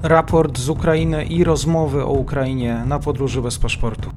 raport z Ukrainy i rozmowy o Ukrainie na podróży bez paszportu.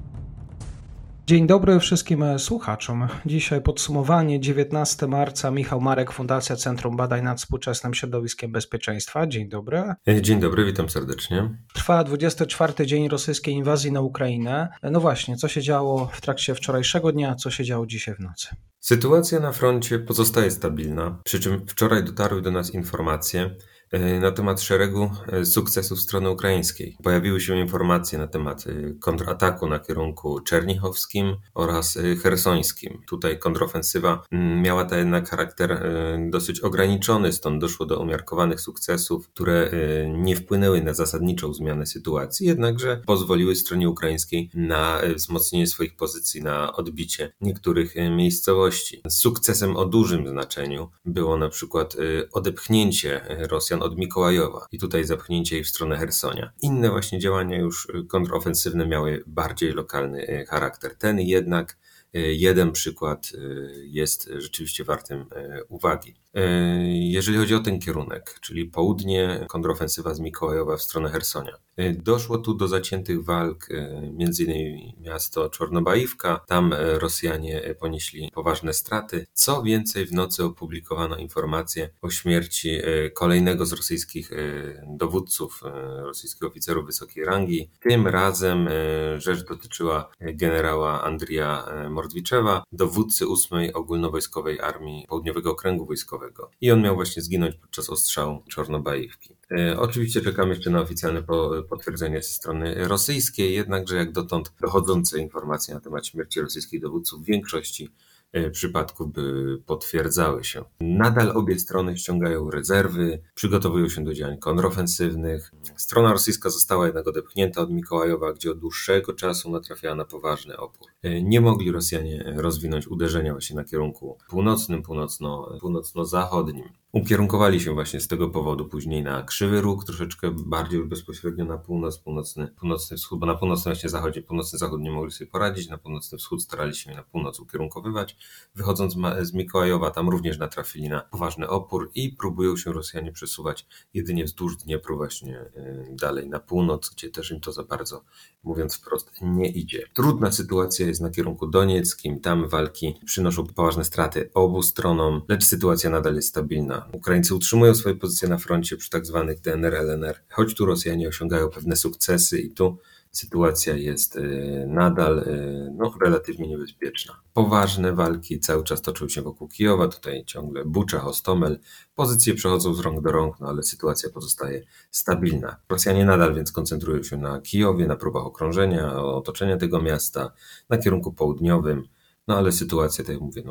Dzień dobry wszystkim słuchaczom. Dzisiaj podsumowanie 19 marca. Michał Marek, Fundacja Centrum Badań nad Współczesnym Środowiskiem Bezpieczeństwa. Dzień dobry. Dzień dobry, witam serdecznie. Trwa 24 dzień rosyjskiej inwazji na Ukrainę. No właśnie, co się działo w trakcie wczorajszego dnia, co się działo dzisiaj w nocy? Sytuacja na froncie pozostaje stabilna, przy czym wczoraj dotarły do nas informacje na temat szeregu sukcesów strony ukraińskiej. Pojawiły się informacje na temat kontrataku na kierunku czernichowskim oraz chersońskim. Tutaj kontrofensywa miała ta jednak charakter dosyć ograniczony, stąd doszło do umiarkowanych sukcesów, które nie wpłynęły na zasadniczą zmianę sytuacji, jednakże pozwoliły stronie ukraińskiej na wzmocnienie swoich pozycji, na odbicie niektórych miejscowości. Sukcesem o dużym znaczeniu było na przykład odepchnięcie Rosjan od Mikołajowa i tutaj zapchnięcie jej w stronę Chersonia. Inne właśnie działania już kontrofensywne miały bardziej lokalny charakter. Ten jednak jeden przykład jest rzeczywiście wartym uwagi. Jeżeli chodzi o ten kierunek, czyli południe, kontrofensywa z Mikołajowa w stronę Chersonia. Doszło tu do zaciętych walk, m.in. miasto Czornobajówka. Tam Rosjanie ponieśli poważne straty. Co więcej, w nocy opublikowano informację o śmierci kolejnego z rosyjskich dowódców, rosyjskich oficerów wysokiej rangi. Tym razem rzecz dotyczyła generała Andrija Mordwiczewa, dowódcy 8. Ogólnowojskowej Armii Południowego Okręgu Wojskowego. I on miał właśnie zginąć podczas ostrzału Czornobajówki. Oczywiście czekamy jeszcze na oficjalne potwierdzenie ze strony rosyjskiej, jednakże jak dotąd dochodzące informacje na temat śmierci rosyjskich dowódców w większości przypadków by potwierdzały się. Nadal obie strony ściągają rezerwy, przygotowują się do działań kontrofensywnych. Strona rosyjska została jednak odepchnięta od Mikołajowa, gdzie od dłuższego czasu natrafiała na poważny opór. Nie mogli Rosjanie rozwinąć uderzenia właśnie na kierunku północnym, północno-zachodnim. Ukierunkowali się właśnie z tego powodu później na Krzywy Róg, troszeczkę bardziej już bezpośrednio na północ, północny wschód, bo na północnym właśnie zachodzie, północny zachód nie mogli sobie poradzić, na północny wschód starali się na północ ukierunkowywać. Wychodząc z Mikołajowa, tam również natrafili na poważny opór i próbują się Rosjanie przesuwać jedynie wzdłuż Dniepru właśnie dalej na północ, gdzie też im to za bardzo, mówiąc wprost, nie idzie. Trudna sytuacja jest na kierunku donieckim, tam walki przynoszą poważne straty obu stronom, lecz sytuacja nadal jest stabilna. Ukraińcy utrzymują swoje pozycje na froncie przy tak zwanych DNR, LNR, choć tu Rosjanie osiągają pewne sukcesy i tu sytuacja jest nadal relatywnie niebezpieczna. Poważne walki cały czas toczą się wokół Kijowa, tutaj ciągle Bucza, Hostomel. Pozycje przechodzą z rąk do rąk, ale sytuacja pozostaje stabilna. Rosjanie nadal więc koncentrują się na Kijowie, na próbach okrążenia, otoczenia tego miasta, na kierunku południowym. Ale sytuacja, tak jak mówię,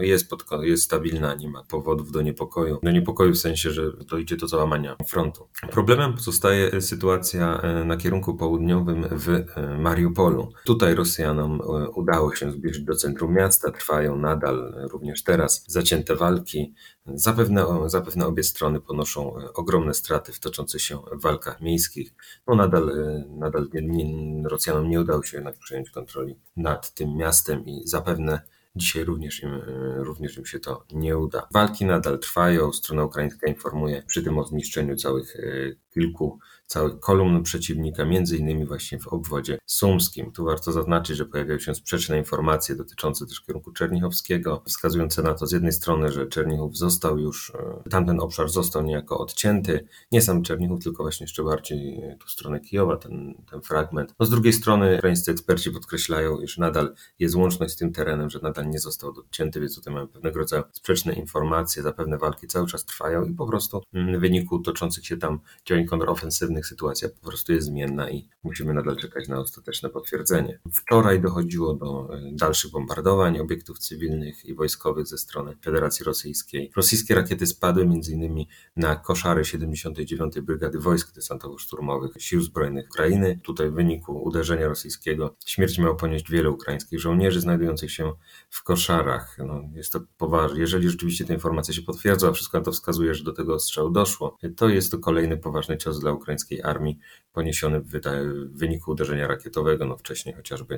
jest stabilna, nie ma powodów do niepokoju. Do niepokoju w sensie, że dojdzie do załamania frontu. Problemem pozostaje sytuacja na kierunku południowym w Mariupolu. Tutaj Rosjanom udało się zbliżyć do centrum miasta, trwają nadal, również teraz, zacięte walki. Zapewne obie strony ponoszą ogromne straty w toczących się walkach miejskich. Nadal Rosjanom nie udało się jednak przejąć kontroli nad tym miastem i zapewne dzisiaj również im się to nie uda. Walki nadal trwają, strona ukraińska informuje przy tym o zniszczeniu całych kolumn przeciwnika, między innymi właśnie w obwodzie sumskim. Tu warto zaznaczyć, że pojawiają się sprzeczne informacje dotyczące też kierunku czernichowskiego, wskazujące na to z jednej strony, że Czernichów tamten obszar został niejako odcięty, nie sam Czernichów, tylko właśnie jeszcze bardziej tu stronę Kijowa, ten fragment. Z drugiej strony ukraińscy eksperci podkreślają, iż nadal jest łączność z tym terenem, że nadal nie został odcięty, więc tutaj mamy pewnego rodzaju sprzeczne informacje, zapewne walki cały czas trwają i po prostu w wyniku toczących się tam działań kontrofensywnych sytuacja po prostu jest zmienna i musimy nadal czekać na ostateczne potwierdzenie. Wczoraj dochodziło do dalszych bombardowań obiektów cywilnych i wojskowych ze strony Federacji Rosyjskiej. Rosyjskie rakiety spadły m.in. na koszary 79. Brygady Wojsk Desantowo-Szturmowych Sił Zbrojnych Ukrainy. Tutaj w wyniku uderzenia rosyjskiego śmierć miało ponieść wielu ukraińskich żołnierzy znajdujących się w koszarach. Jest to poważne. Jeżeli rzeczywiście te informacje się potwierdzą, a wszystko na to wskazuje, że do tego ostrzału doszło, to jest to kolejny poważny cios dla ukraińskiej armii poniesiony w wyniku uderzenia rakietowego. Wcześniej chociażby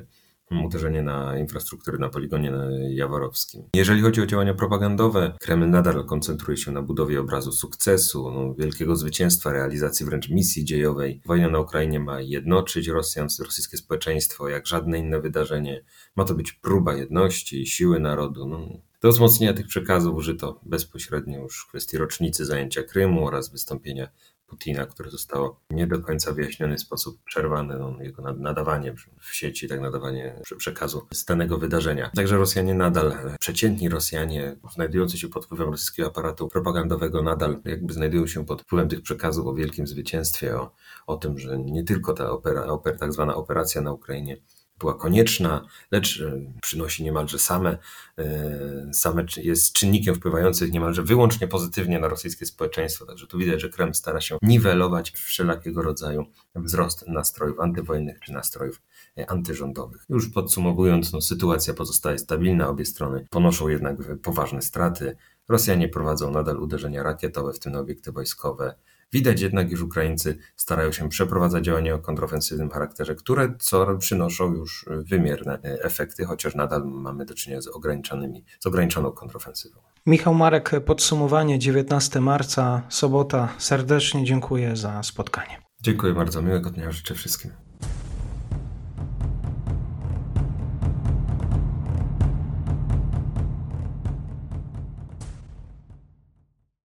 uderzenie na infrastrukturę na poligonie jaworowskim. Jeżeli chodzi o działania propagandowe, Kreml nadal koncentruje się na budowie obrazu sukcesu, wielkiego zwycięstwa, realizacji wręcz misji dziejowej. Wojna na Ukrainie ma jednoczyć Rosjan, rosyjskie społeczeństwo, jak żadne inne wydarzenie. Ma to być próba jedności, siły narodu. Do wzmocnienia tych przekazów użyto bezpośrednio już w kwestii rocznicy zajęcia Krymu oraz wystąpienia Putina, które zostało nie do końca wyjaśniony sposób przerwane, jego nadawanie w sieci, tak nadawanie przekazu z danego wydarzenia. Także Rosjanie nadal, przeciętni Rosjanie znajdujący się pod wpływem rosyjskiego aparatu propagandowego nadal jakby znajdują się pod wpływem tych przekazów o wielkim zwycięstwie, o tym, że nie tylko ta tak zwana operacja na Ukrainie była konieczna, lecz przynosi niemalże same jest czynnikiem wpływającym niemalże wyłącznie pozytywnie na rosyjskie społeczeństwo. Także tu widać, że Kreml stara się niwelować wszelkiego rodzaju wzrost nastrojów antywojennych czy nastrojów antyrządowych. Już podsumowując, sytuacja pozostaje stabilna, obie strony ponoszą jednak poważne straty. Rosjanie prowadzą nadal uderzenia rakietowe, w tym na obiekty wojskowe. Widać jednak, iż Ukraińcy starają się przeprowadzać działania o kontrofensywnym charakterze, które przynoszą już wymierne efekty, chociaż nadal mamy do czynienia z ograniczoną kontrofensywą. Michał Marek, podsumowanie 19 marca, sobota. Serdecznie dziękuję za spotkanie. Dziękuję bardzo, miłego dnia życzę wszystkim.